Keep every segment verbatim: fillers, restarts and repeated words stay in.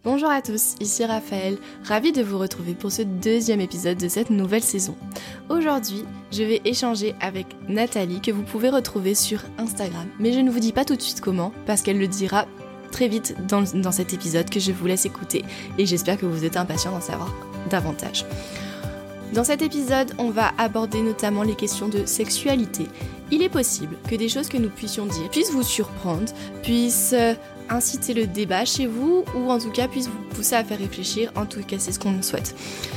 Bonjour à tous, ici Raphaël, ravie de vous retrouver pour ce deuxième épisode de cette nouvelle saison. Aujourd'hui, je vais échanger avec Nathalie que vous pouvez retrouver sur Instagram, mais je ne vous dis pas tout de suite comment, parce qu'elle le dira très vite dans, dans cet épisode que je vous laisse écouter, et j'espère que vous êtes impatients d'en savoir davantage. Dans cet épisode, on va aborder notamment les questions de sexualité. Il est possible que des choses que nous puissions dire puissent vous surprendre, puissent inciter le débat chez vous, ou en tout cas puissent vous pousser à faire réfléchir. En tout cas, c'est ce qu'on souhaite.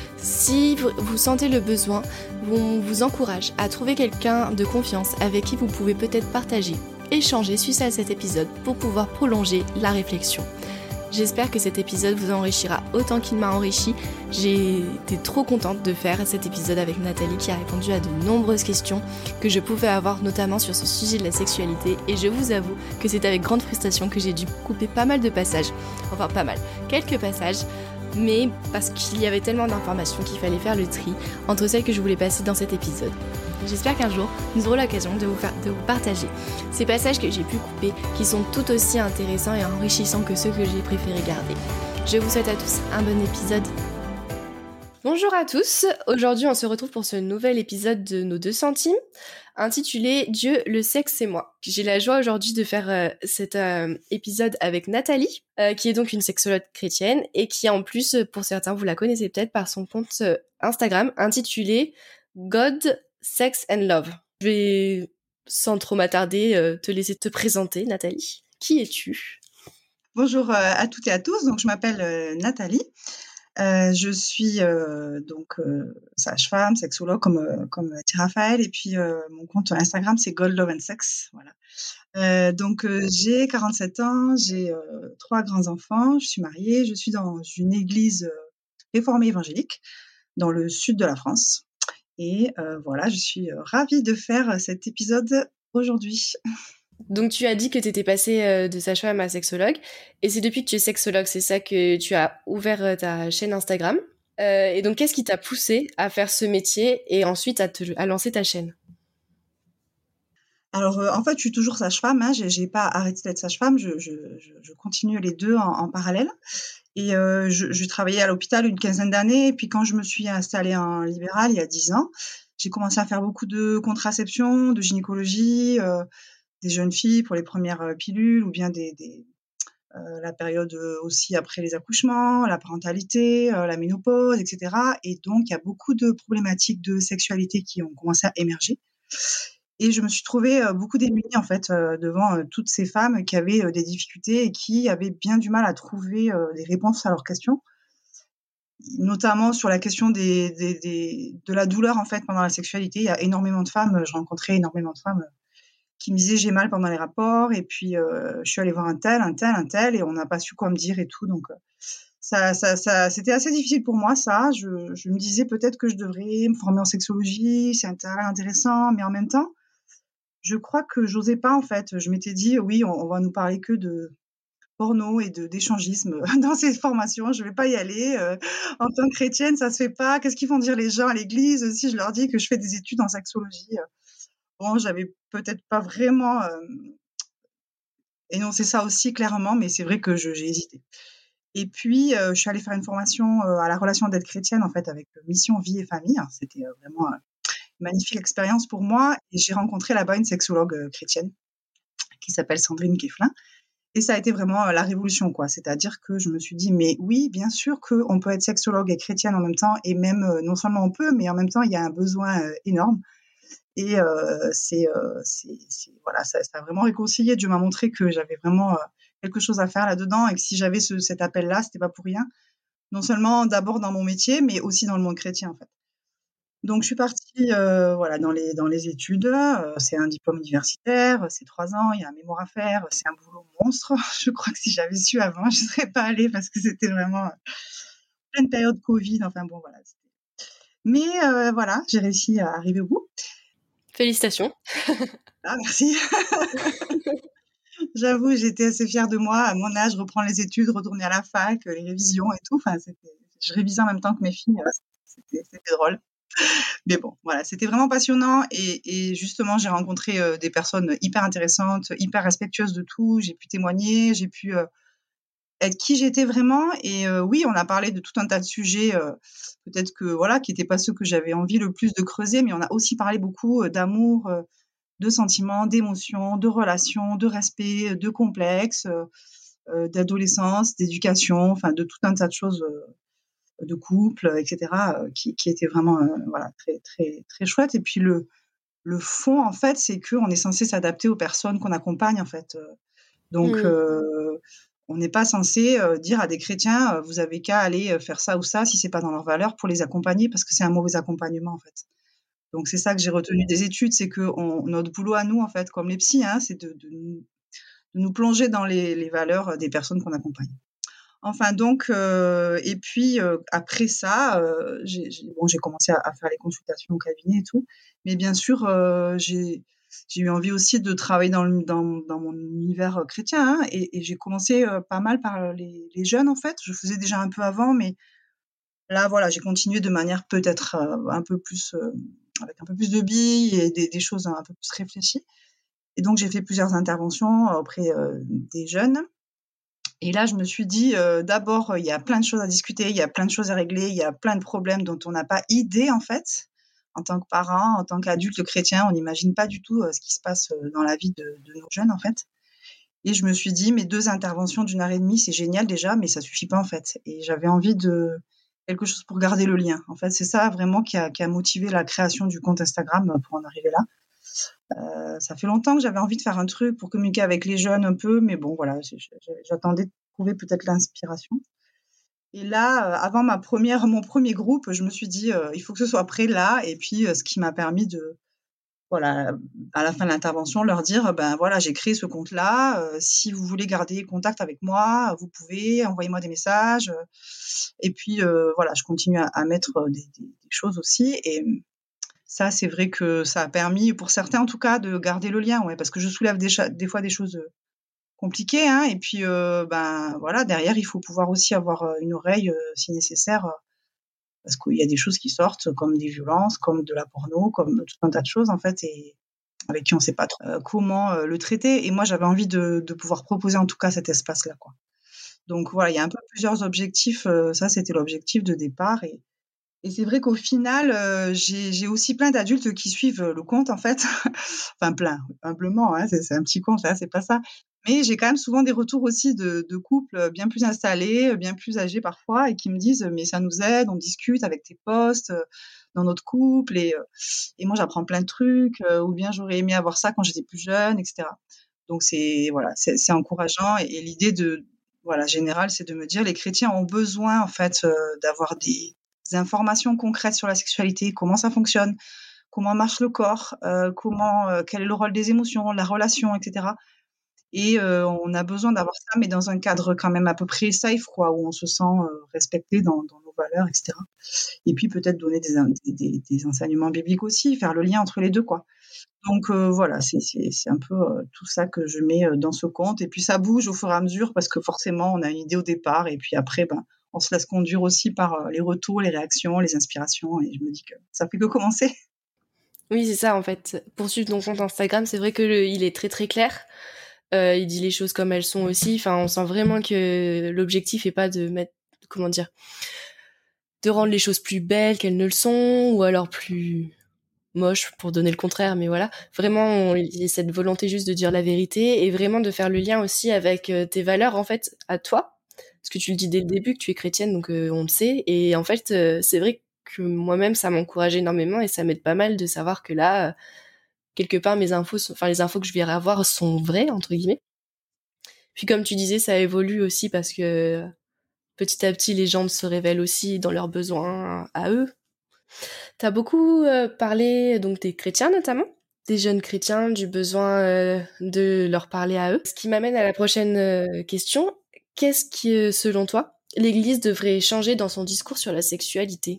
Si vous sentez le besoin, on vous encourage à trouver quelqu'un de confiance avec qui vous pouvez peut-être partager, échanger suite à cet épisode pour pouvoir prolonger la réflexion. J'espère que cet épisode vous enrichira autant qu'il m'a enrichi. J'ai été trop contente de faire cet épisode avec Nathalie qui a répondu à de nombreuses questions que je pouvais avoir, notamment sur ce sujet de la sexualité. Et je vous avoue que c'est avec grande frustration que j'ai dû couper pas mal de passages. Enfin pas mal, quelques passages. Mais parce qu'il y avait tellement d'informations qu'il fallait faire le tri entre celles que je voulais passer dans cet épisode. J'espère qu'un jour, nous aurons l'occasion de vous, faire, de vous partager ces passages que j'ai pu couper, qui sont tout aussi intéressants et enrichissants que ceux que j'ai préféré garder. Je vous souhaite à tous un bon épisode. Bonjour à tous, aujourd'hui on se retrouve pour ce nouvel épisode de nos deux centimes, intitulé « Dieu, le sexe et moi ». J'ai la joie aujourd'hui de faire euh, cet euh, épisode avec Nathalie, euh, qui est donc une sexologue chrétienne, et qui en plus, pour certains, vous la connaissez peut-être par son compte euh, Instagram, intitulé « God, Sex and Love ». Je vais, sans trop m'attarder, euh, te laisser te présenter, Nathalie. Qui es-tu ? Bonjour euh, à toutes et à tous, donc je m'appelle euh, Nathalie. Euh, je suis euh, donc euh, sage-femme, sexologue comme euh, comme dit Raphaël, et puis euh, mon compte Instagram c'est God Love and Sex, voilà. Euh, donc euh, j'ai quarante-sept ans, j'ai euh, trois grands enfants, je suis mariée, je suis dans une église euh, réformée évangélique dans le sud de la France, et euh, voilà, je suis euh, ravie de faire cet épisode aujourd'hui. Donc tu as dit que tu étais passée euh, de sage-femme à sexologue, et c'est depuis que tu es sexologue, c'est ça que tu as ouvert euh, ta chaîne Instagram. Euh, et donc qu'est-ce qui t'a poussée à faire ce métier et ensuite à, te, à lancer ta chaîne ? Alors, euh, en fait, je suis toujours sage-femme, hein, j'ai, j'ai pas arrêté d'être sage-femme, je, je, je, je continue les deux en, en parallèle. Et euh, je, je travaillais à l'hôpital une quinzaine d'années, et puis quand je me suis installée en libéral il y a dix ans, j'ai commencé à faire beaucoup de contraception, de gynécologie, euh, des jeunes filles pour les premières euh, pilules, ou bien des, des, euh, la période euh, aussi après les accouchements, la parentalité, euh, la ménopause, et cetera. Et donc, il y a beaucoup de problématiques de sexualité qui ont commencé à émerger. Et je me suis trouvée euh, beaucoup démunie en fait euh, devant euh, toutes ces femmes qui avaient euh, des difficultés et qui avaient bien du mal à trouver euh, des réponses à leurs questions, notamment sur la question des, des, des, de la douleur en fait pendant la sexualité. Il y a énormément de femmes, je rencontrais énormément de femmes qui me disaient j'ai mal pendant les rapports, et puis euh, je suis allée voir un tel, un tel, un tel, et on n'a pas su quoi me dire et tout. Donc euh, ça, ça, ça, c'était assez difficile pour moi ça. Je, je me disais peut-être que je devrais me former en sexologie, c'est intéressant, mais en même temps, je crois que j'osais pas en fait. Je m'étais dit oui, on, on va nous parler que de porno et de d'échangisme dans ces formations. Je vais pas y aller. Euh, en tant que chrétienne, ça se fait pas. Qu'est-ce qu'ils vont dire les gens à l'église si je leur dis que je fais des études en sexologie? Bon, j'avais peut-être pas vraiment euh, énoncé ça aussi clairement, mais c'est vrai que je, j'ai hésité. Et puis, euh, je suis allée faire une formation euh, à la relation d'aide chrétienne en fait avec Mission Vie et Famille. C'était euh, vraiment euh, une magnifique expérience pour moi. Et j'ai rencontré là-bas une sexologue euh, chrétienne qui s'appelle Sandrine Keflin. Et ça a été vraiment la révolution, quoi. C'est-à-dire que je me suis dit, mais oui, bien sûr qu'on peut être sexologue et chrétienne en même temps, et même, euh, non seulement on peut, mais en même temps, il y a un besoin euh, énorme. Et euh, c'est, euh, c'est, c'est, voilà, ça, ça a vraiment réconcilié. Dieu m'a montré que j'avais vraiment euh, quelque chose à faire là-dedans, et que si j'avais ce, cet appel-là, c'était pas pour rien. Non seulement d'abord dans mon métier, mais aussi dans le monde chrétien, en fait. Donc je suis partie euh, voilà, dans, les, dans les études, euh, c'est un diplôme universitaire, c'est trois ans, il y a un mémoire à faire, c'est un boulot monstre. Je crois que si j'avais su avant, je ne serais pas allée parce que c'était vraiment pleine période Covid, enfin bon voilà. Mais euh, voilà, j'ai réussi à arriver au bout. Félicitations. Ah merci. J'avoue, j'étais assez fière de moi, à mon âge, reprendre les études, retourner à la fac, les révisions et tout, enfin, c'était, je révisais en même temps que mes filles, c'était, c'était drôle. Mais bon, voilà, c'était vraiment passionnant, et, et justement, j'ai rencontré euh, des personnes hyper intéressantes, hyper respectueuses de tout. J'ai pu témoigner, j'ai pu euh, être qui j'étais vraiment. Et euh, oui, on a parlé de tout un tas de sujets, euh, peut-être que voilà, qui n'étaient pas ceux que j'avais envie le plus de creuser, mais on a aussi parlé beaucoup euh, d'amour, euh, de sentiments, d'émotions, de relations, de respect, de complexes, euh, euh, d'adolescence, d'éducation, enfin de tout un tas de choses, euh, de couple, et cetera, euh, qui, qui étaient vraiment euh, voilà, très, très, très chouettes. Et puis le, le fond, en fait, c'est qu'on est censé s'adapter aux personnes qu'on accompagne, en fait. Donc, Mmh. euh, on n'est pas censé euh, dire à des chrétiens, euh, vous avez qu'à aller euh, faire ça ou ça si c'est pas dans leurs valeurs pour les accompagner, parce que c'est un mauvais accompagnement, en fait. Donc, c'est ça que j'ai retenu des études, c'est que on, notre boulot à nous, en fait, comme les psys, hein, c'est de, de, nous, de nous plonger dans les, les valeurs des personnes qu'on accompagne. Enfin, donc, euh, et puis euh, après ça, euh, j'ai, j'ai, bon, j'ai commencé à, à faire les consultations au cabinet et tout, mais bien sûr, euh, j'ai, j'ai eu envie aussi de travailler dans, le, dans, dans mon univers euh, chrétien, hein, et, et j'ai commencé euh, pas mal par les, les jeunes, en fait. Je faisais déjà un peu avant, mais là, voilà, j'ai continué de manière peut-être euh, un peu plus, euh, avec un peu plus de billes et des, des choses un peu plus réfléchies. Et donc, j'ai fait plusieurs interventions auprès euh, des jeunes. Et là, je me suis dit, euh, d'abord, il y a plein de choses à discuter, il y a plein de choses à régler, il y a plein de problèmes dont on n'a pas idée, en fait. En tant que parent, en tant qu'adulte chrétien, on n'imagine pas du tout euh, ce qui se passe euh, dans la vie de, de nos jeunes, en fait. Et je me suis dit, mes deux interventions d'une heure et demie, c'est génial déjà, mais ça suffit pas, en fait. Et j'avais envie de quelque chose pour garder le lien. En fait, c'est ça vraiment qui a, qui a motivé la création du compte Instagram euh, pour en arriver là. Euh, ça fait longtemps que j'avais envie de faire un truc pour communiquer avec les jeunes un peu, mais bon, voilà, j'attendais de trouver peut-être l'inspiration. Et là, euh, avant ma première, mon premier groupe, je me suis dit, euh, il faut que ce soit prêt là. Et puis, euh, ce qui m'a permis de, voilà, à la fin de l'intervention, leur dire, ben voilà, j'ai créé ce compte-là. Euh, si vous voulez garder contact avec moi, vous pouvez, envoyez-moi des messages. Et puis, euh, voilà, je continue à, à mettre des, des, des choses aussi. Et ça, c'est vrai que ça a permis, pour certains en tout cas, de garder le lien, ouais, parce que je soulève des, cha- des fois des choses compliquées, hein, et puis, euh, ben voilà, derrière, il faut pouvoir aussi avoir une oreille euh, si nécessaire, euh, parce qu'il y a des choses qui sortent, comme des violences, comme de la porno, comme tout un tas de choses en fait, et avec qui on ne sait pas trop euh, comment euh, le traiter. Et moi, j'avais envie de, de pouvoir proposer en tout cas cet espace-là, quoi. Donc voilà, il y a un peu plusieurs objectifs. Euh, ça, c'était l'objectif de départ, et et c'est vrai qu'au final, euh, j'ai, j'ai aussi plein d'adultes qui suivent le compte, en fait. Enfin, plein, humblement, hein, c'est, c'est un petit compte, là, c'est pas ça. Mais j'ai quand même souvent des retours aussi de, de couples bien plus installés, bien plus âgés parfois, et qui me disent, mais ça nous aide, on discute avec tes posts euh, dans notre couple, et, euh, et moi, j'apprends plein de trucs, euh, ou bien j'aurais aimé avoir ça quand j'étais plus jeune, et cetera. Donc, c'est, voilà, c'est, c'est encourageant. Et, et l'idée de, voilà, générale, c'est de me dire, les chrétiens ont besoin, en fait, euh, d'avoir des des informations concrètes sur la sexualité, comment ça fonctionne, comment marche le corps, euh, comment, euh, quel est le rôle des émotions, la relation, et cetera. Et euh, on a besoin d'avoir ça, mais dans un cadre quand même à peu près safe, quoi, où on se sent euh, respecté dans, dans nos valeurs, et cetera. Et puis peut-être donner des, des, des enseignements bibliques aussi, faire le lien entre les deux, quoi. Donc euh, voilà, c'est, c'est, c'est un peu euh, tout ça que je mets euh, dans ce compte. Et puis ça bouge au fur et à mesure parce que forcément, on a une idée au départ et puis après, ben, on se laisse conduire aussi par euh, les retours, les réactions, les inspirations. Et je me dis que ça fait que commencer. Oui, c'est ça en fait. Pour suivre ton compte Instagram, c'est vrai que le, il est très très clair. Euh, il dit les choses comme elles sont aussi. Enfin, on sent vraiment que l'objectif est pas de mettre, comment dire, de rendre les choses plus belles qu'elles ne le sont, ou alors plus moches pour donner le contraire. Mais voilà, vraiment, on, il y a cette volonté juste de dire la vérité et vraiment de faire le lien aussi avec euh, tes valeurs en fait à toi. Parce que tu le dis dès le début que tu es chrétienne, donc euh, on le sait. Et en fait, euh, c'est vrai que moi-même, ça m'encourage énormément et ça m'aide pas mal de savoir que là, euh, quelque part, mes infos, sont, enfin les infos que je vais avoir sont vraies entre guillemets. Puis comme tu disais, ça évolue aussi parce que petit à petit, les gens se révèlent aussi dans leurs besoins à eux. T'as beaucoup euh, parlé donc des chrétiens notamment, des jeunes chrétiens, du besoin euh, de leur parler à eux. Ce qui m'amène à la prochaine euh, question. Qu'est-ce qui, euh, selon toi, l'Église devrait changer dans son discours sur la sexualité?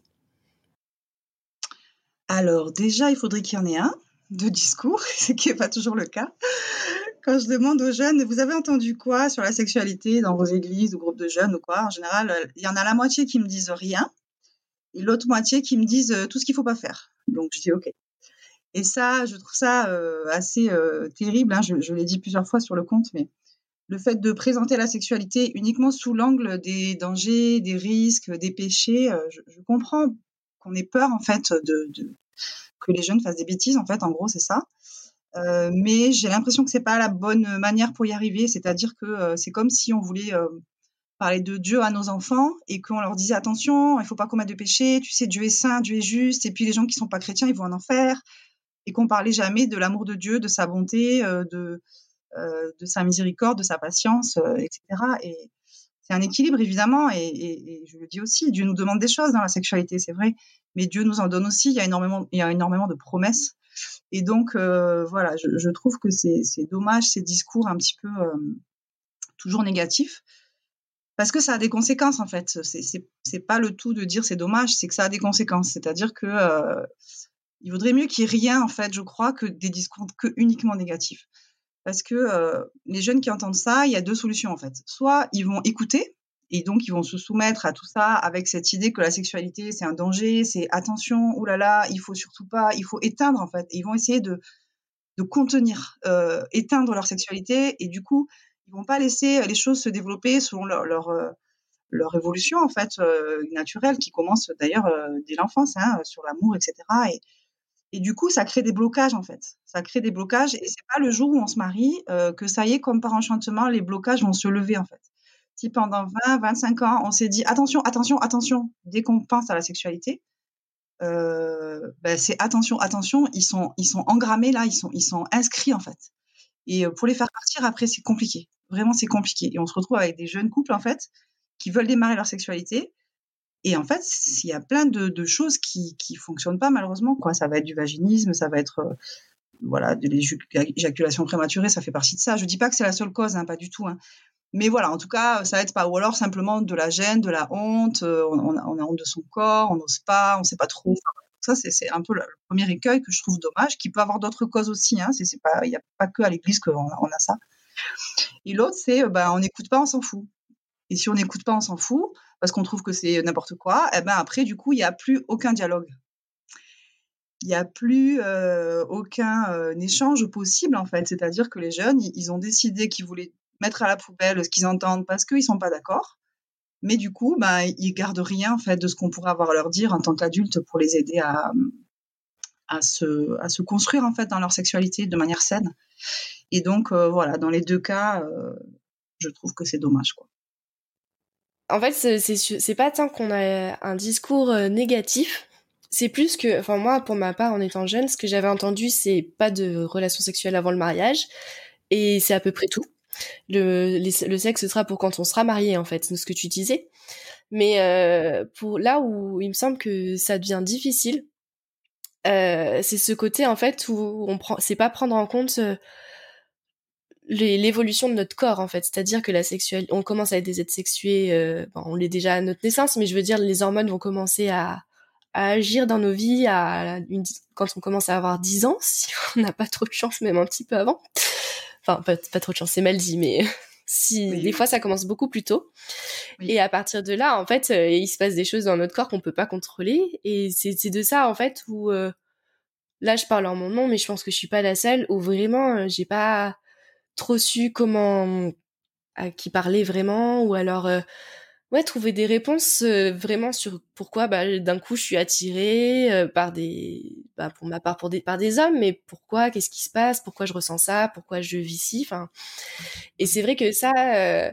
Alors déjà, il faudrait qu'il y en ait un de discours, ce qui n'est pas toujours le cas. Quand je demande aux jeunes, vous avez entendu quoi sur la sexualité dans vos églises ou groupes de jeunes ou quoi, en général, il y en a la moitié qui me disent rien et l'autre moitié qui me disent tout ce qu'il ne faut pas faire. Donc je dis OK. Et ça, je trouve ça euh, assez euh, terrible. Hein. Je, je l'ai dit plusieurs fois sur le compte, mais le fait de présenter la sexualité uniquement sous l'angle des dangers, des risques, des péchés, euh, je, je comprends qu'on ait peur en fait de, de que les jeunes fassent des bêtises. En fait, en gros, c'est ça. Euh, mais j'ai l'impression que c'est pas la bonne manière pour y arriver. C'est-à-dire que euh, c'est comme si on voulait euh, parler de Dieu à nos enfants et qu'on leur disait attention, il faut pas commettre de péché. Tu sais, Dieu est saint, Dieu est juste. Et puis les gens qui sont pas chrétiens, ils vont en enfer. Et qu'on parlait jamais de l'amour de Dieu, de sa bonté, euh, de euh, de sa miséricorde, de sa patience, euh, et cetera. Et c'est un équilibre évidemment. Et, et, et je le dis aussi, Dieu nous demande des choses dans la sexualité, c'est vrai. Mais Dieu nous en donne aussi. Il y a énormément, il y a énormément de promesses. Et donc, euh, voilà, je, je trouve que c'est, c'est dommage ces discours un petit peu euh, toujours négatifs, parce que ça a des conséquences en fait. C'est, c'est, c'est pas le tout de dire c'est dommage, c'est que ça a des conséquences. C'est-à-dire que euh, il vaudrait mieux qu'il y ait rien en fait, je crois, que des discours que uniquement négatifs. Parce que euh, les jeunes qui entendent ça, il y a deux solutions en fait. Soit ils vont écouter et donc ils vont se soumettre à tout ça avec cette idée que la sexualité c'est un danger, c'est attention, oulala, il faut surtout pas, il faut éteindre en fait. Et ils vont essayer de de contenir, euh, éteindre leur sexualité et du coup ils vont pas laisser les choses se développer selon leur leur, euh, leur évolution en fait euh, naturelle qui commence d'ailleurs euh, dès l'enfance hein, sur l'amour et cetera. Et et du coup, ça crée des blocages, en fait. Ça crée des blocages et c'est pas le jour où on se marie euh, que ça y est, comme par enchantement, les blocages vont se lever, en fait. Si pendant vingt, vingt-cinq ans, on s'est dit attention, attention, attention, dès qu'on pense à la sexualité, euh, ben c'est attention, attention, ils sont, ils sont engrammés là, ils sont, ils sont inscrits, en fait. Et pour les faire partir, après, c'est compliqué. Vraiment, c'est compliqué. Et on se retrouve avec des jeunes couples, en fait, qui veulent démarrer leur sexualité. Et en fait, il y a plein de, de choses qui qui fonctionnent pas malheureusement quoi. Ça va être du vaginisme, ça va être euh, voilà de l'éjaculation prématurée, ça fait partie de ça. Je dis pas que c'est la seule cause, hein, pas du tout. Hein. Mais voilà, en tout cas, ça aide pas. Ou alors simplement de la gêne, de la honte. Euh, on, on, a, on a honte de son corps, on n'ose pas, on sait pas trop. Enfin, ça c'est c'est un peu le, le premier écueil que je trouve dommage, qui peut avoir d'autres causes aussi. Hein. C'est c'est pas, il y a pas que à l'église qu'on on a ça. Et l'autre c'est, euh, ben on n'écoute pas, on s'en fout. Et si on n'écoute pas, on s'en fout, parce qu'on trouve que c'est n'importe quoi, et ben après, du coup, il n'y a plus aucun dialogue. Il n'y a plus euh, aucun euh, échange possible, en fait. C'est-à-dire que les jeunes, ils, ils ont décidé qu'ils voulaient mettre à la poubelle ce qu'ils entendent parce qu'ils ne sont pas d'accord. Mais du coup, ben, ils gardent rien, en fait, de ce qu'on pourrait avoir à leur dire en tant qu'adultes pour les aider à, à, se, à se construire, en fait, dans leur sexualité de manière saine. Et donc, euh, voilà, dans les deux cas, euh, je trouve que c'est dommage, quoi. En fait, c'est, c'est, c'est pas tant qu'on a un discours euh, négatif, c'est plus que, enfin moi, pour ma part, en étant jeune, ce que j'avais entendu, c'est pas de relations sexuelles avant le mariage, et c'est à peu près tout. Le, les, le sexe sera pour quand on sera marié, en fait, c'est ce que tu disais. Mais euh, pour là où il me semble que ça devient difficile, euh, c'est ce côté en fait où on prend, c'est pas prendre en compte euh, les, l'évolution de notre corps en fait, c'est-à-dire que la sexualité, on commence à être des êtres sexués, euh, bon, on l'est déjà à notre naissance, mais je veux dire les hormones vont commencer à, à agir dans nos vies à une, quand on commence à avoir dix ans, si on n'a pas trop de chance, même un petit peu avant. Enfin, pas, pas trop de chance, c'est mal dit, mais si Oui, des oui. fois ça commence beaucoup plus tôt. Oui. Et à partir de là, en fait, euh, il se passe des choses dans notre corps qu'on peut pas contrôler. Et c'est, c'est de ça, en fait, où euh, là, je parle en mon nom, mais je pense que je suis pas la seule où vraiment euh, j'ai pas trop su comment à qui parler vraiment, ou alors euh, ouais trouver des réponses euh, vraiment sur pourquoi bah d'un coup je suis attirée euh, par des bah pour ma part pour des par des hommes, mais pourquoi, qu'est-ce qui se passe, pourquoi je ressens ça, pourquoi je vis ci, enfin. Et c'est vrai que ça euh,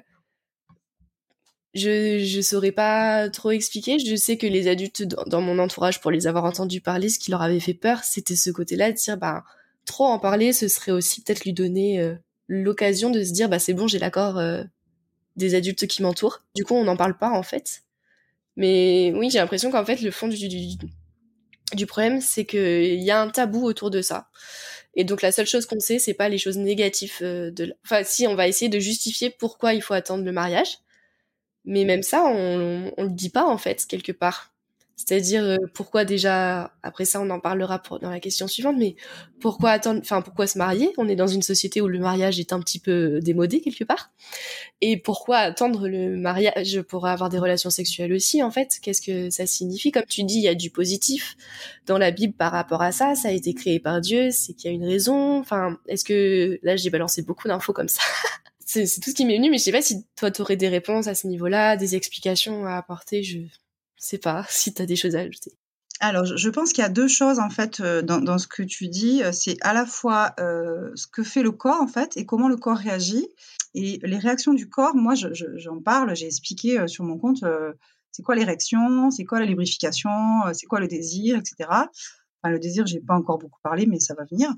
je je saurais pas trop expliquer. Je sais que les adultes dans, dans mon entourage, pour les avoir entendus parler, ce qui leur avait fait peur, c'était ce côté-là de dire bah trop en parler, ce serait aussi peut-être lui donner euh, l'occasion de se dire bah c'est bon, j'ai l'accord euh, des adultes qui m'entourent. Du coup, on n'en parle pas en fait. Mais oui, j'ai l'impression qu'en fait le fond du du, du problème, c'est que il y a un tabou autour de ça. Et donc la seule chose qu'on sait, c'est pas les choses négatives euh, de la... Enfin si, on va essayer de justifier pourquoi il faut attendre le mariage. Mais même ça, on, on, on le dit pas en fait quelque part. C'est-à-dire euh, pourquoi déjà, après ça on en parlera pour, dans la question suivante, mais pourquoi attendre, enfin pourquoi se marier? On est dans une société où le mariage est un petit peu démodé quelque part. Et pourquoi attendre le mariage pour avoir des relations sexuelles aussi en fait? Qu'est-ce que ça signifie? Comme tu dis, il y a du positif dans la Bible par rapport à ça, ça a été créé par Dieu, c'est qu'il y a une raison. Enfin, est-ce que là j'ai balancé beaucoup d'infos comme ça? c'est, c'est tout ce qui m'est venu, mais je sais pas si toi t'aurais des réponses à ce niveau-là, des explications à apporter, je sais pas si t'as des choses à ajouter. Alors, je je pense qu'il y a deux choses en fait, heu, dans dans ce que tu dis, heu, c'est à la fois, heu, ce que fait le corps en fait et comment le corps réagit et les réactions du corps, moi je je j'en parle, j'ai expliqué, heu, sur mon compte, heu, c'est quoi l'érection, c'est quoi la lubrification, heu, c'est quoi le désir et cetera. Enfin le désir, j'ai pas encore beaucoup parlé, mais ça va venir.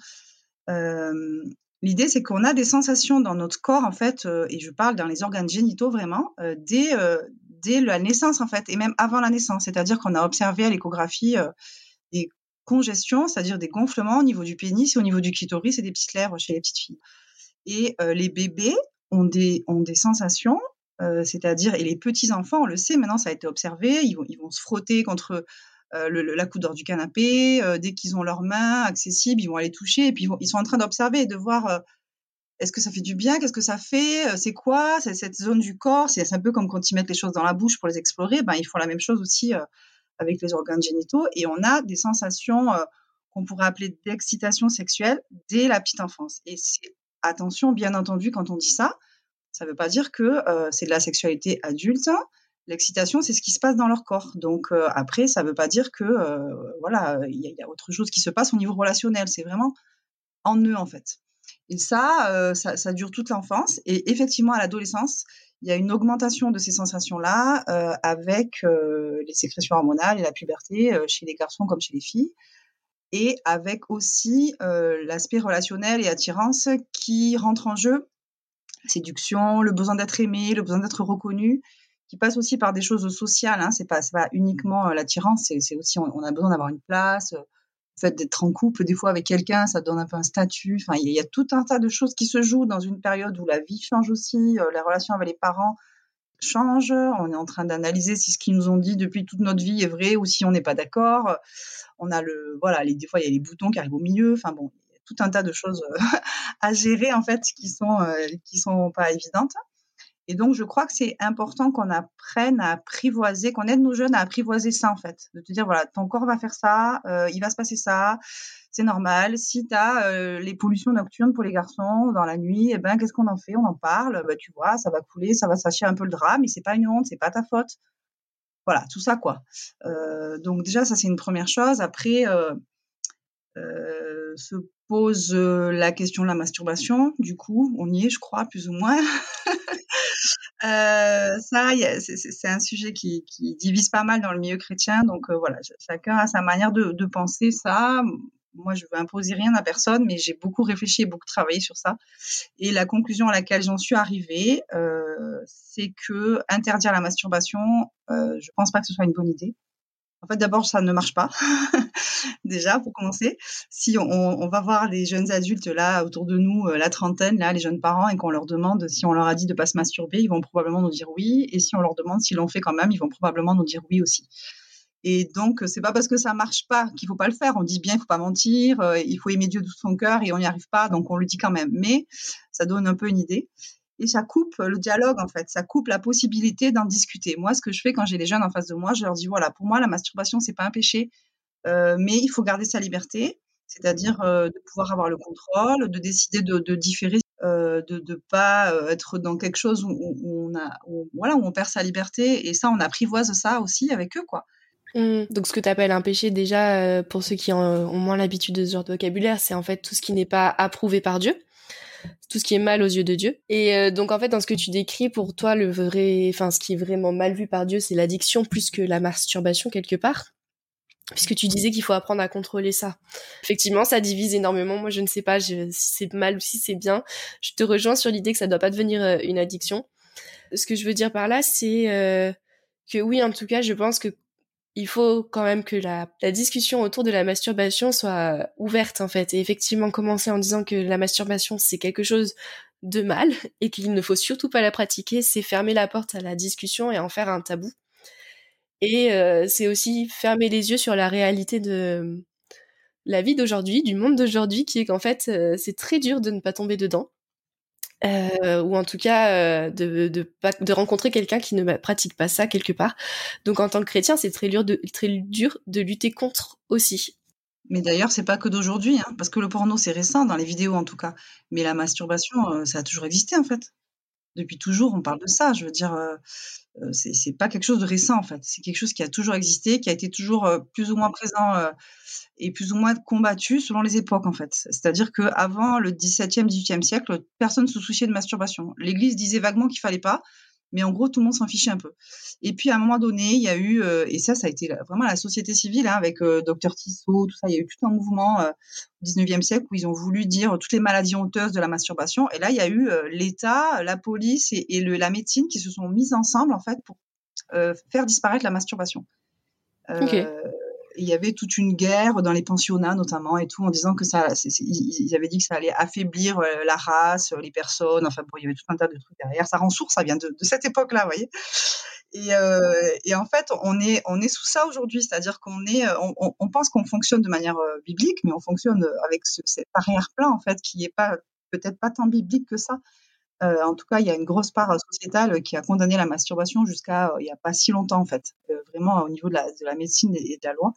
Hem, L'idée c'est qu'on a des sensations dans notre corps en fait, heu et je parle dans les organes génitaux vraiment, heu, dès, heu, dès la naissance en fait et même avant la naissance. C'est-à-dire qu'on a observé à l'échographie, heu, des congestions, c'est-à-dire des gonflements au niveau du pénis et au niveau du clitoris et des petites lèvres chez les petites filles. Et heu, les bébés ont des ont des sensations, heu, c'est-à-dire et les petits enfants, on le sait maintenant, ça a été observé, ils vont ils vont se frotter contre, heu, le le la coudeur du canapé, heu, dès qu'ils ont leurs mains accessibles, ils vont aller toucher et puis ils vont ils sont en train d'observer et de voir, heu, est-ce que ça fait du bien? Qu'est-ce que ça fait? Heu, c'est quoi? C'est cette zone du corps? C'est c'est un peu comme quand ils mettent les choses dans la bouche pour les explorer, ben, ils font la même chose aussi, heu, avec les organes génitaux et on a des sensations, heu, qu'on pourrait appeler d'excitation sexuelle dès la petite enfance et c'est attention, bien entendu, quand on dit ça, ça ne veut pas dire que, heu, c'est de la sexualité adulte. L'excitation, c'est ce qui se passe dans leur corps donc heu, après ça ne veut pas dire que, heu, voilà, il y a il y a autre chose qui se passe au niveau relationnel. C'est vraiment en eux, en fait et ça, heu, ça ça dure toute l'enfance et effectivement à l'adolescence, il y a une augmentation de ces sensations-là, heu, avec, heu, les sécrétions hormonales et la puberté, heu, chez les garçons comme chez les filles et avec aussi, heu, l'aspect relationnel et attirance qui rentre en jeu. Séduction, le besoin d'être aimé, le besoin d'être reconnu, qui passe aussi par des choses sociales, hein. C'est pas c'est pas uniquement, heu, l'attirance, c'est c'est aussi on on a besoin d'avoir une place, heu, le fait d'être en couple des fois avec quelqu'un, ça donne un peu un statut. Enfin, il y a il y a tout un tas de choses qui se jouent dans une période où la vie change aussi, heu, les relations avec les parents changent. On est en train d'analyser si ce qu'ils nous ont dit depuis toute notre vie est vrai ou si on n'est pas d'accord. On a le voilà, les des fois, il y a les boutons qui arrivent au milieu. Enfin bon, il y a tout un tas de choses, heu, à gérer en fait qui sont, heu, qui sont pas évidentes. Et donc, je crois que c'est important qu'on apprenne à apprivoiser, qu'on aide nos jeunes à apprivoiser ça, en fait. De te dire, voilà, ton corps va faire ça, heu, il va se passer ça, c'est normal. Si tu as, heu, les pollutions nocturnes pour les garçons dans la nuit, eh ben, qu'est-ce qu'on en fait? On en parle, bah, tu vois, ça va couler, ça va sacher un peu le drap, mais c'est pas une honte, c'est pas ta faute. Voilà, tout ça, quoi. Heu, donc déjà, ça, c'est une première chose. Après, heu heu, se pose, heu, la question de la masturbation. Du coup, on y est, je crois, plus ou moins. Heu, ça, il y a c'est c'est c'est un sujet qui qui divise pas mal dans le milieu chrétien, donc heu, voilà, ch chacun a sa manière de de penser ça. M Moi, je veux imposer rien à personne, mais j'ai beaucoup réfléchi et beaucoup travaillé sur ça et la conclusion à laquelle j'en suis arrivée, heu, c'est qu'interdire la masturbation, heu, je pense pas que ce soit une bonne idée. En fait, d'abord, ça ne marche pas, déjà, pour commencer. Si on on va voir les jeunes adultes là, autour de nous, heu, la trentaine là, les jeunes parents et qu'on leur demande si on leur a dit de pas se masturber, ils vont probablement nous dire oui et si on leur demande s'ils l'ont fait quand même, ils vont probablement nous dire oui aussi et donc heu, c'est pas parce que ça marche pas qu'il faut pas le faire. On dit bien, il faut pas mentir, heu, il faut aimer Dieu de tout son cœur et on n'y arrive pas, donc on le dit quand même. Mais ça donne un peu une idée et ça coupe le dialogue, en fait. Ça coupe la possibilité d'en discuter. Moi, ce que je fais quand j'ai les jeunes en face de moi, je leur dis: «Voilà, pour moi, la masturbation, c'est pas un péché, heu, mais il faut garder sa liberté, c'est-à-dire, heu, de pouvoir avoir le contrôle, de décider de de différer, heu, de de pas, heu, être dans quelque chose où où où on a où voilà, où on perd sa liberté et ça, on apprivoise ça aussi avec eux, quoi». Mmh. Donc ce que tu appelles un péché déjà, heu, pour ceux qui en ont moins l'habitude de ce genre de vocabulaire, c'est en fait tout ce qui n'est pas approuvé par Dieu, tout ce qui est mal aux yeux de Dieu. Et euh, donc en fait dans ce que tu décris, pour toi le vrai, enfin ce qui est vraiment mal vu par Dieu, c'est l'addiction plus que la masturbation quelque part. Puisque tu disais qu'il faut apprendre à contrôler ça. Effectivement, ça divise énormément. Moi, je ne sais pas je, si c'est mal ou si c'est bien. Je te rejoins sur l'idée que ça doit pas devenir euh, une addiction. Ce que je veux dire par là, c'est euh, que oui, en tout cas, je pense que il faut quand même que la, la discussion autour de la masturbation soit ouverte, en fait. Et effectivement, commencer en disant que la masturbation, c'est quelque chose de mal et qu'il ne faut surtout pas la pratiquer, c'est fermer la porte à la discussion et en faire un tabou. Et euh, c'est aussi fermer les yeux sur la réalité de la vie d'aujourd'hui, du monde d'aujourd'hui, qui est qu'en fait, euh, c'est très dur de ne pas tomber dedans. Euh, ou en tout cas euh, de, de, pas, de rencontrer quelqu'un qui ne pratique pas ça quelque part. Donc en tant que chrétien, c'est très dur de, très dur de lutter contre aussi. Mais d'ailleurs, c'est pas que d'aujourd'hui, hein, parce que le porno, c'est récent, dans les vidéos en tout cas, mais la masturbation, heu, ça a toujours existé, en fait. Depuis toujours, on parle de ça. Je veux dire, heu heu, c'est c'est pas quelque chose de récent, en fait. C'est quelque chose qui a toujours existé, qui a été toujours, heu, plus ou moins présent, heu et plus ou moins combattu selon les époques, en fait. C'est-à-dire qu'avant le dix-septième, dix-huitième siècle, personne se souciait de masturbation. L'Église disait vaguement qu'il fallait pas, mais en gros, tout le monde s'en fichait un peu. Et puis, à un moment donné, il y a eu, heu et ça, ça a été la vraiment la société civile, hein, avec, heu, docteur Tissot, tout ça. Il y a eu tout un mouvement, heu, au dix-neuvième siècle où ils ont voulu dire toutes les maladies honteuses de la masturbation. Et là, il y a eu, heu, l'État, la police et et le la médecine qui se sont mises ensemble, en fait, pour, heu, faire disparaître la masturbation. OK. Heu, il y avait toute une guerre dans les pensionnats notamment et tout, en disant que ça c'est c'est ils ils avaient dit que ça allait affaiblir, heu, la race, heu, les personnes, enfin bon, il y avait tout un tas de trucs derrière. Ça rend sourd, ça vient de de cette époque-là, vous voyez? Et heu et en fait, on est on est sous ça aujourd'hui, c'est-à-dire qu'on est, heu, on on on pense qu'on fonctionne de manière, heu, biblique, mais on fonctionne, heu, avec ce cet arrière-plan, en fait, qui est pas peut-être pas tant biblique que ça. Heu, en tout cas, il y a une grosse part, heu, sociétale, qui a condamné la masturbation jusqu'à, heu, il y a pas si longtemps, en fait, heu, vraiment au niveau de la de la médecine et et de la loi.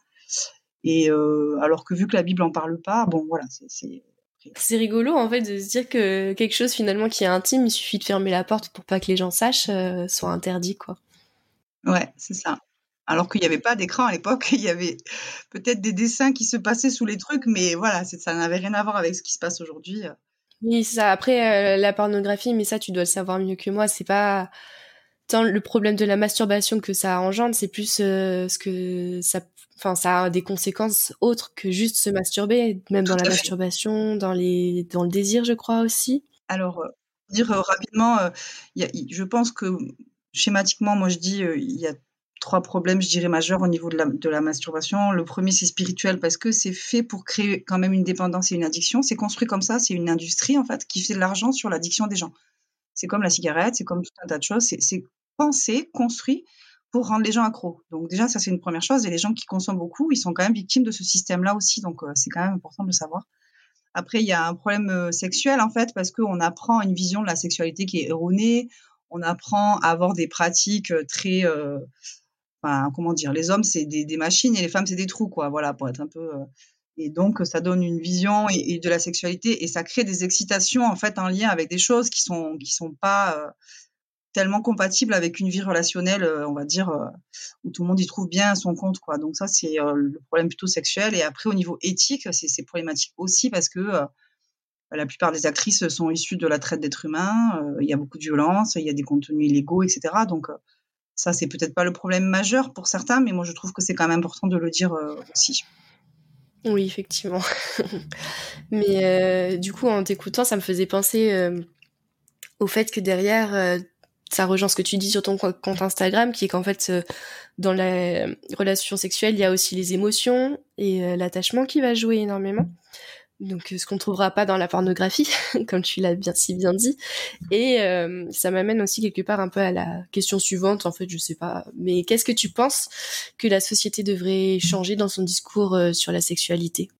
Et heu, alors que vu que la Bible en parle pas, bon voilà, c'est c'est C'est rigolo en fait de se dire que quelque chose finalement qui est intime, il suffit de fermer la porte pour pas que les gens sachent, heu, soit interdit quoi. ouais, c'est ça. Alors qu'il y avait pas d'écran à l'époque, il y avait peut-être des dessins qui se passaient sous les trucs, mais voilà, c'est ça n'avait rien à voir avec ce qui se passe aujourd'hui, heu. Oui, c'est ça. Après, heu, la pornographie, mais ça tu dois le savoir mieux que moi, c'est pas tant le problème de la masturbation que ça engendre, c'est plus, heu, ce que ça enfin ça a des conséquences autres que juste se masturber, même dans Tout la à fait. masturbation, dans les dans le désir, je crois aussi. Alors, heu, dire, heu, rapidement, heu, il y a i je pense que schématiquement, moi je dis, heu, il y a trois problèmes, je dirais majeurs au niveau de la de la masturbation. Le premier c'est spirituel parce que c'est fait pour créer quand même une dépendance et une addiction. C'est construit comme ça, c'est une industrie en fait qui fait de l'argent sur l'addiction des gens. C'est comme la cigarette, c'est comme tout un tas de choses, c'est c'est pensé, construit pour rendre les gens accros. Donc déjà ça c'est une première chose et les gens qui consomment beaucoup, ils sont quand même victimes de ce système-là aussi, donc heu, c'est quand même important de le savoir. Après, il y a un problème, heu, sexuel, en fait, parce qu'on apprend une vision de la sexualité qui est erronée. On apprend à avoir des pratiques, heu, très, heu, enfin, comment dire? Les hommes, c'est des des machines et les femmes, c'est des trous, quoi. Voilà, pour être un peu, heu et donc ça donne une vision et et de la sexualité et ça crée des excitations, en fait, en lien avec des choses qui sont qui sont pas, heu, tellement compatibles avec une vie relationnelle, heu, on va dire, heu, où tout le monde y trouve bien son compte, quoi. Donc ça, c'est, heu, le problème plutôt sexuel et après au niveau éthique, c'est c'est problématique aussi parce que, heu la plupart des actrices sont issues de la traite d'êtres humains, heu, il y a beaucoup de violence, il y a des contenus illégaux et cetera donc heu, ça, c'est peut-être pas le problème majeur pour certains, mais moi, je trouve que c'est quand même important de le dire, heu, aussi. Oui, effectivement. Mais heu, du coup, en t'écoutant, ça me faisait penser, hem, au fait que derrière, heu, ça rejoint ce que tu dis sur ton co compte Instagram, qui est qu'en fait, heu, dans la relation sexuelle, il y a aussi les émotions et heu, l'attachement qui va jouer énormément. Donc heu, ce qu'on trouvera pas dans la pornographie, comme tu l'as bien si bien dit. Et hem, ça m'amène aussi quelque part un peu à la question suivante, en fait, je sais pas, mais qu'est-ce que tu penses que la société devrait changer dans son discours, heu, sur la sexualité?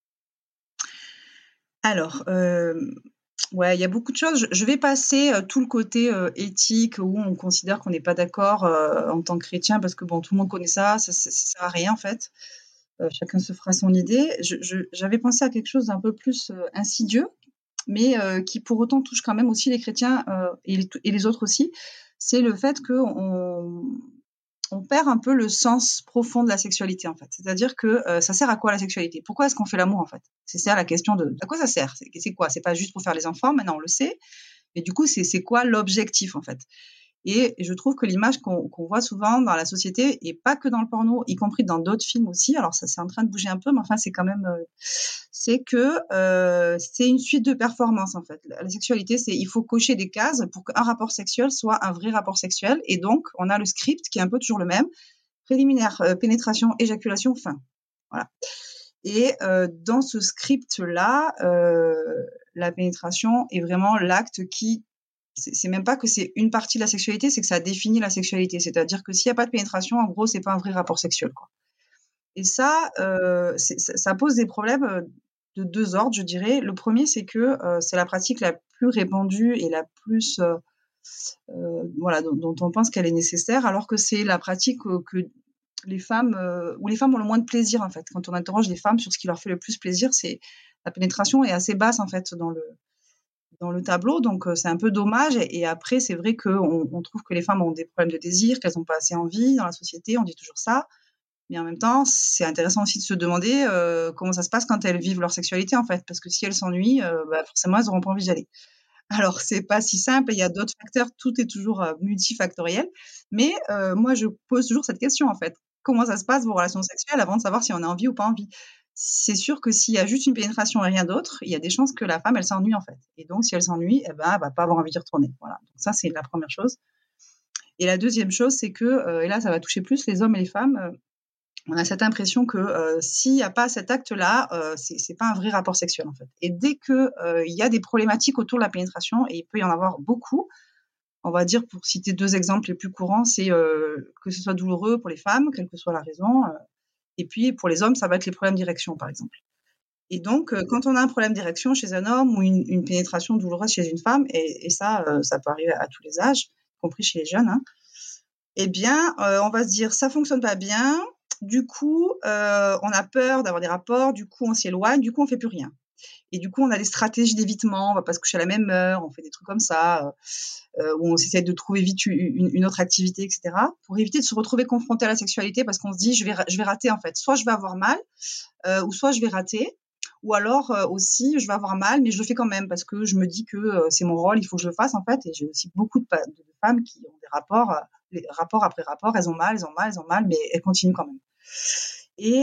Alors, hem, ouais, il y a beaucoup de choses. Je je vais passer, heu, tout le côté, heu, éthique où on considère qu'on n'est pas d'accord, heu, en tant que chrétien parce que bon, tout le monde connaît ça, ça ça ça sert à rien en fait. Heu, chacun se fera son idée. Je je j'avais pensé à quelque chose d'un peu plus, heu, insidieux, mais heu, qui pour autant touche quand même aussi les chrétiens, heu, et les et les autres aussi. C'est le fait qu'on on perd un peu le sens profond de la sexualité, en fait. C'est-à-dire que, heu, ça sert à quoi la sexualité? Pourquoi est-ce qu'on fait l'amour, en fait? C'est ça la question de à quoi ça sert? C'est c'est quoi? C'est pas juste pour faire les enfants, maintenant on le sait, mais du coup, c'est c'est quoi l'objectif, en fait? Et je trouve que l'image qu'on qu'on voit souvent dans la société et pas que dans le porno, y compris dans d'autres films aussi, alors ça, c'est en train de bouger un peu, mais enfin, c'est quand même, heu, c'est que, heu, c'est une suite de performances, en fait. La la sexualité, c'est il faut cocher des cases pour qu'un rapport sexuel soit un vrai rapport sexuel et donc on a le script qui est un peu toujours le même: préliminaire, heu, pénétration, éjaculation, fin. Voilà et heu, dans ce script-là, heu, la pénétration est vraiment l'acte qui c'est c'est même pas que c'est une partie de la sexualité, c'est que ça définit la sexualité. C'est-à-dire que s'il y a pas de pénétration, en gros, c'est pas un vrai rapport sexuel, quoi. Et ça, heu, c'est ça ça pose des problèmes, heu, de deux ordres, je dirais. Le premier, c'est que, heu, c'est la pratique la plus répandue et la plus, heu heu, voilà, dont dont on pense qu'elle est nécessaire, alors que c'est la pratique, heu, que les femmes, heu, où les femmes ont le moins de plaisir, en fait. Quand on interroge les femmes sur ce qui leur fait le plus plaisir, c'est la pénétration est assez basse, en fait, dans le dans le tableau, donc euh, c'est un peu dommage. Et, et après, c'est vrai qu'on on trouve que les femmes ont des problèmes de désir, qu'elles n'ont pas assez envie dans la société, on dit toujours ça. Mais en même temps, c'est intéressant aussi de se demander euh, comment ça se passe quand elles vivent leur sexualité, en fait, parce que si elles s'ennuient, euh, bah, forcément, elles n'auront pas envie d'y aller. Alors, c'est pas si simple, il y a d'autres facteurs, tout est toujours euh, multifactoriel. Mais euh, moi, je pose toujours cette question, en fait. Comment ça se passe vos relations sexuelles avant de savoir si on a envie ou pas envie? C'est sûr que s'il y a juste une pénétration et rien d'autre, il y a des chances que la femme, elle s'ennuie, en fait. Et donc, si elle s'ennuie, eh ben, elle va pas avoir envie d'y retourner. Voilà. Donc, ça, c'est la première chose. Et la deuxième chose, c'est que, euh, et là, ça va toucher plus les hommes et les femmes, euh, on a cette impression que euh, s'il n'y a pas cet acte-là, euh, c'est, c'est pas un vrai rapport sexuel en fait. Et dès que euh, il y a des problématiques autour de la pénétration, et il peut y en avoir beaucoup, on va dire pour citer deux exemples les plus courants, c'est euh, que ce soit douloureux pour les femmes, quelle que soit la raison, euh, et puis pour les hommes, ça va être les problèmes d'érection par exemple. Et donc, euh, quand on a un problème d'érection chez un homme ou une, une pénétration douloureuse chez une femme, et, et ça, euh, ça peut arriver à tous les âges, y compris chez les jeunes, hein, eh bien, euh, on va se dire ça fonctionne pas bien. Du coup, euh, on a peur d'avoir des rapports. Du coup, on s'éloigne. Du coup, on fait plus rien. Et du coup, on a des stratégies d'évitement. On va pas se coucher à la même heure. On fait des trucs comme ça, euh, où on essaie de trouver vite une, une autre activité, et cetera. Pour éviter de se retrouver confronté à la sexualité, parce qu'on se dit je vais, je vais rater en fait. Soit je vais avoir mal, euh, ou soit je vais rater. Ou alors euh, aussi, je vais avoir mal, mais je le fais quand même parce que je me dis que euh, c'est mon rôle, il faut que je le fasse en fait. Et j'ai aussi beaucoup de, pa- de femmes qui ont des rapports, euh, les rapports après rapport, elles ont mal, elles ont mal, elles ont mal, mais elles continuent quand même. Et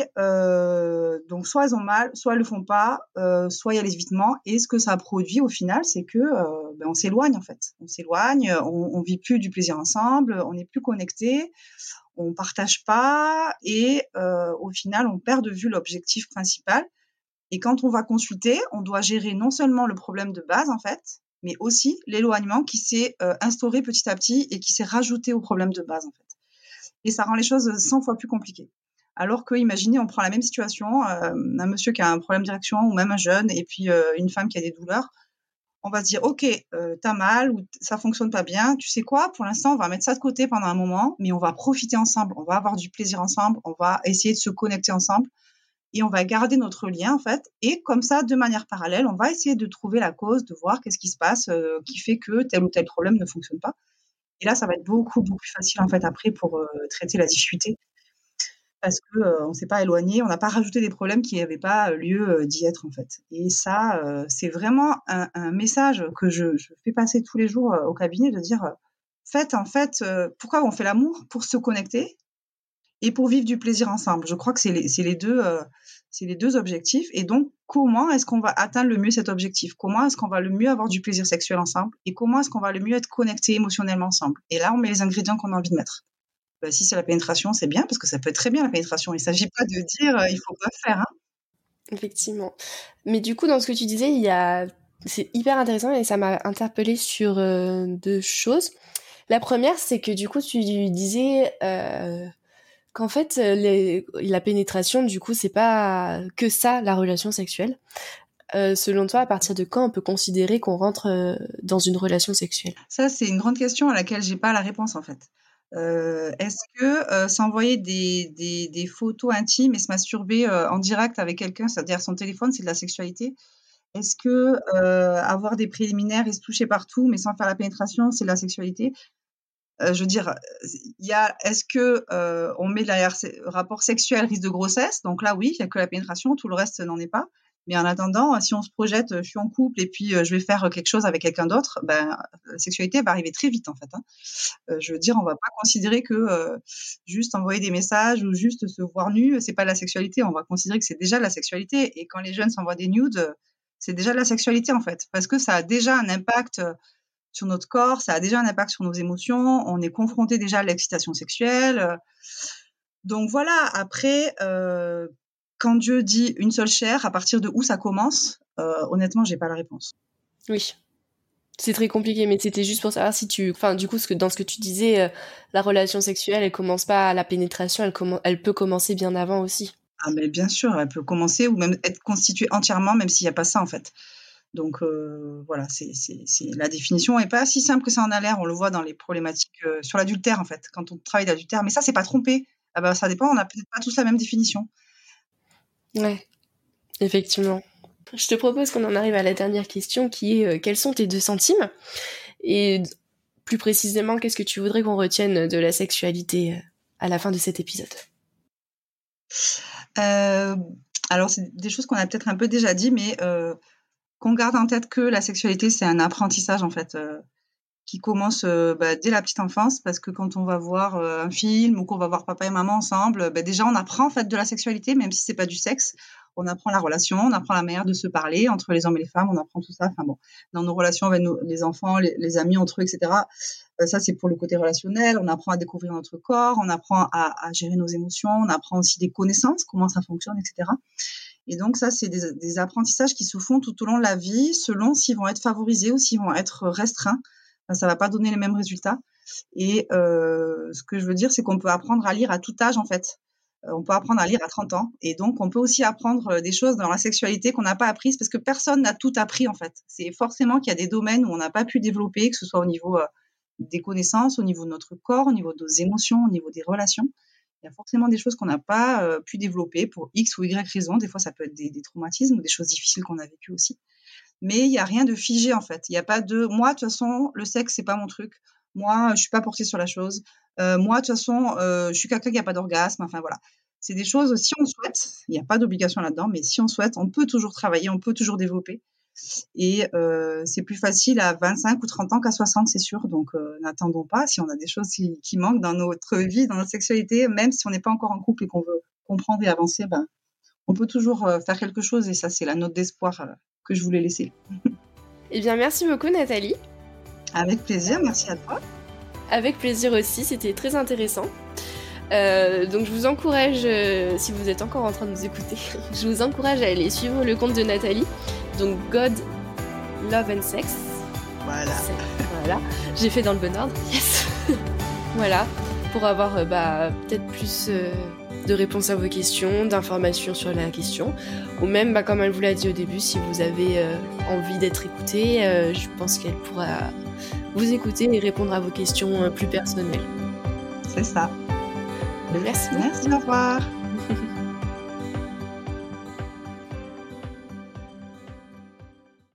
euh, donc soit elles ont mal, soit elles le font pas, euh, soit il y a l'évitement. Et ce que ça produit au final, c'est que euh, ben, on s'éloigne en fait. On s'éloigne, on, on vit plus du plaisir ensemble, on n'est plus connecté, on partage pas, et euh, au final, on perd de vue l'objectif principal. Et quand on va consulter, on doit gérer non seulement le problème de base, en fait, mais aussi l'éloignement qui s'est euh, instauré petit à petit et qui s'est rajouté au problème de base, en fait. Et ça rend les choses cent fois plus compliquées. Alors que, imaginez, on prend la même situation, euh, un monsieur qui a un problème d'érection ou même un jeune, et puis euh, une femme qui a des douleurs, on va se dire, ok, euh, t'as mal ou ça fonctionne pas bien, tu sais quoi, pour l'instant, on va mettre ça de côté pendant un moment, mais on va profiter ensemble, on va avoir du plaisir ensemble, on va essayer de se connecter ensemble, et on va garder notre lien en fait, et comme ça, de manière parallèle, on va essayer de trouver la cause, de voir qu'est-ce qui se passe euh, qui fait que tel ou tel problème ne fonctionne pas. Et là, ça va être beaucoup, beaucoup plus facile en fait après pour euh, traiter la difficulté, parce que euh, on s'est pas éloigné, on n'a pas rajouté des problèmes qui n'avaient pas lieu euh, d'y être en fait. Et ça, euh, c'est vraiment un, un message que je, je fais passer tous les jours euh, au cabinet, de dire, euh, faites en fait, euh, pourquoi on fait l'amour? Pour se connecter et pour vivre du plaisir ensemble. Je crois que c'est les, c'est les deux, euh, c'est les deux objectifs. Et donc, comment est-ce qu'on va atteindre le mieux cet objectif? Comment est-ce qu'on va le mieux avoir du plaisir sexuel ensemble? Et comment est-ce qu'on va le mieux être connecté émotionnellement ensemble? Et là, on met les ingrédients qu'on a envie de mettre. Ben, si c'est la pénétration, c'est bien, parce que ça peut être très bien la pénétration. Il ne s'agit pas de dire euh, il faut pas faire. Hein. Effectivement. Mais du coup, dans ce que tu disais, il y a... c'est hyper intéressant et ça m'a interpellée sur euh, deux choses. La première, c'est que du coup, tu disais euh, qu'en fait, les... la pénétration, du coup, c'est pas que ça, la relation sexuelle. Euh, selon toi, à partir de quand on peut considérer qu'on rentre euh, dans une relation sexuelle? Ça, c'est une grande question à laquelle j'ai pas la réponse en fait. Euh, est-ce que euh, s'envoyer des, des, des photos intimes et se masturber euh, en direct avec quelqu'un, c'est-à-dire son téléphone, c'est de la sexualité? Est-ce que euh, avoir des préliminaires et se toucher partout, mais sans faire la pénétration, c'est de la sexualité? Euh, je veux dire, il y a, est-ce que euh, on met le rapport sexuel risque de grossesse? Donc là, oui, il n'y a que la pénétration, tout le reste n'en est pas. Mais en attendant, si on se projette, je suis en couple et puis euh, je vais faire quelque chose avec quelqu'un d'autre, ben, la sexualité va arriver très vite en fait. Hein. Euh, je veux dire, on va pas considérer que euh, juste envoyer des messages ou juste se voir nu, c'est pas de la sexualité. On va considérer que c'est déjà de la sexualité. Et quand les jeunes s'envoient des nudes, c'est déjà de la sexualité en fait, parce que ça a déjà un impact sur notre corps, ça a déjà un impact sur nos émotions, on est confronté déjà à l'excitation sexuelle. Donc voilà, après, euh, quand Dieu dit une seule chair, à partir de où ça commence, euh, honnêtement, j'ai pas la réponse. Oui, c'est très compliqué, mais c'était juste pour savoir si tu... Enfin, du coup, ce que, dans ce que tu disais, euh, la relation sexuelle, elle commence pas à la pénétration, elle, comm- elle peut commencer bien avant aussi. Ah mais bien sûr, elle peut commencer ou même être constituée entièrement, même s'il n'y a pas ça en fait. Donc euh, voilà, c'est, c'est, c'est... la définition n'est pas si simple que ça en a l'air. On le voit dans les problématiques euh, sur l'adultère en fait, quand on travaille l'adultère. Mais ça, c'est pas trompé. Ah ben, ça dépend, on n'a peut-être pas tous la même définition. Ouais, effectivement. Je te propose qu'on en arrive à la dernière question qui est euh, quels sont tes deux centimes ? Et plus précisément, qu'est-ce que tu voudrais qu'on retienne de la sexualité euh, à la fin de cet épisode ? euh, Alors, c'est des choses qu'on a peut-être un peu déjà dit, mais euh, qu'on garde en tête que la sexualité, c'est un apprentissage, en fait, euh, qui commence euh, bah, dès la petite enfance, parce que quand on va voir euh, un film ou qu'on va voir papa et maman ensemble, bah, déjà, on apprend, en fait, de la sexualité, même si c'est pas du sexe. On apprend la relation, on apprend la manière de se parler entre les hommes et les femmes, on apprend tout ça. Enfin bon, dans nos relations avec nos, les enfants, les, les amis entre eux, et cetera. Euh, ça, c'est pour le côté relationnel. On apprend à découvrir notre corps, on apprend à, à gérer nos émotions, on apprend aussi des connaissances, comment ça fonctionne, et cetera. Et donc ça, c'est des, des apprentissages qui se font tout au long de la vie, selon s'ils vont être favorisés ou s'ils vont être restreints. Enfin, ça va pas donner les mêmes résultats. Et euh, ce que je veux dire, c'est qu'on peut apprendre à lire à tout âge, en fait. On peut apprendre à lire à trente ans. Et donc, on peut aussi apprendre des choses dans la sexualité qu'on n'a pas apprises parce que personne n'a tout appris, en fait. C'est forcément qu'il y a des domaines où on n'a pas pu développer, que ce soit au niveau euh, des connaissances, au niveau de notre corps, au niveau de nos émotions, au niveau des relations. Il y a forcément des choses qu'on n'a pas euh, pu développer pour X ou Y raison. Des fois, ça peut être des, des traumatismes ou des choses difficiles qu'on a vécues aussi. Mais il n'y a rien de figé, en fait. Il n'y a pas de « moi, de toute façon, le sexe, c'est pas mon truc. Moi, je suis pas portée sur la chose. Euh, moi, de toute façon, euh, je suis quelqu'un qui n'a pas d'orgasme. » Enfin, voilà. C'est des choses, si on souhaite, il n'y a pas d'obligation là-dedans, mais si on souhaite, on peut toujours travailler, on peut toujours développer. Et euh, c'est plus facile à vingt-cinq ou trente ans qu'à soixante, c'est sûr. Donc, euh, n'attendons pas. Si on a des choses qui, qui manquent dans notre vie, dans notre sexualité, même si on n'est pas encore en couple et qu'on veut comprendre et avancer, ben, on peut toujours euh, faire quelque chose. Et ça, c'est la note d'espoir euh, que je voulais laisser. Eh bien, merci beaucoup, Nathalie. Avec plaisir, merci à toi. Avec plaisir aussi, c'était très intéressant. Euh, donc je vous encourage, euh, si vous êtes encore en train de nous écouter, je vous encourage à aller suivre le compte de Nathalie, donc God, Love and Sex. Voilà. Voilà, j'ai fait dans le bon ordre, yes. Voilà, pour avoir euh, bah, peut-être plus euh, de réponses à vos questions, d'informations sur la question, ou même, bah, comme elle vous l'a dit au début, si vous avez euh, envie d'être écouté, euh, je pense qu'elle pourra vous écouter et répondre à vos questions euh, plus personnelles. C'est ça. Merci. Merci, au revoir.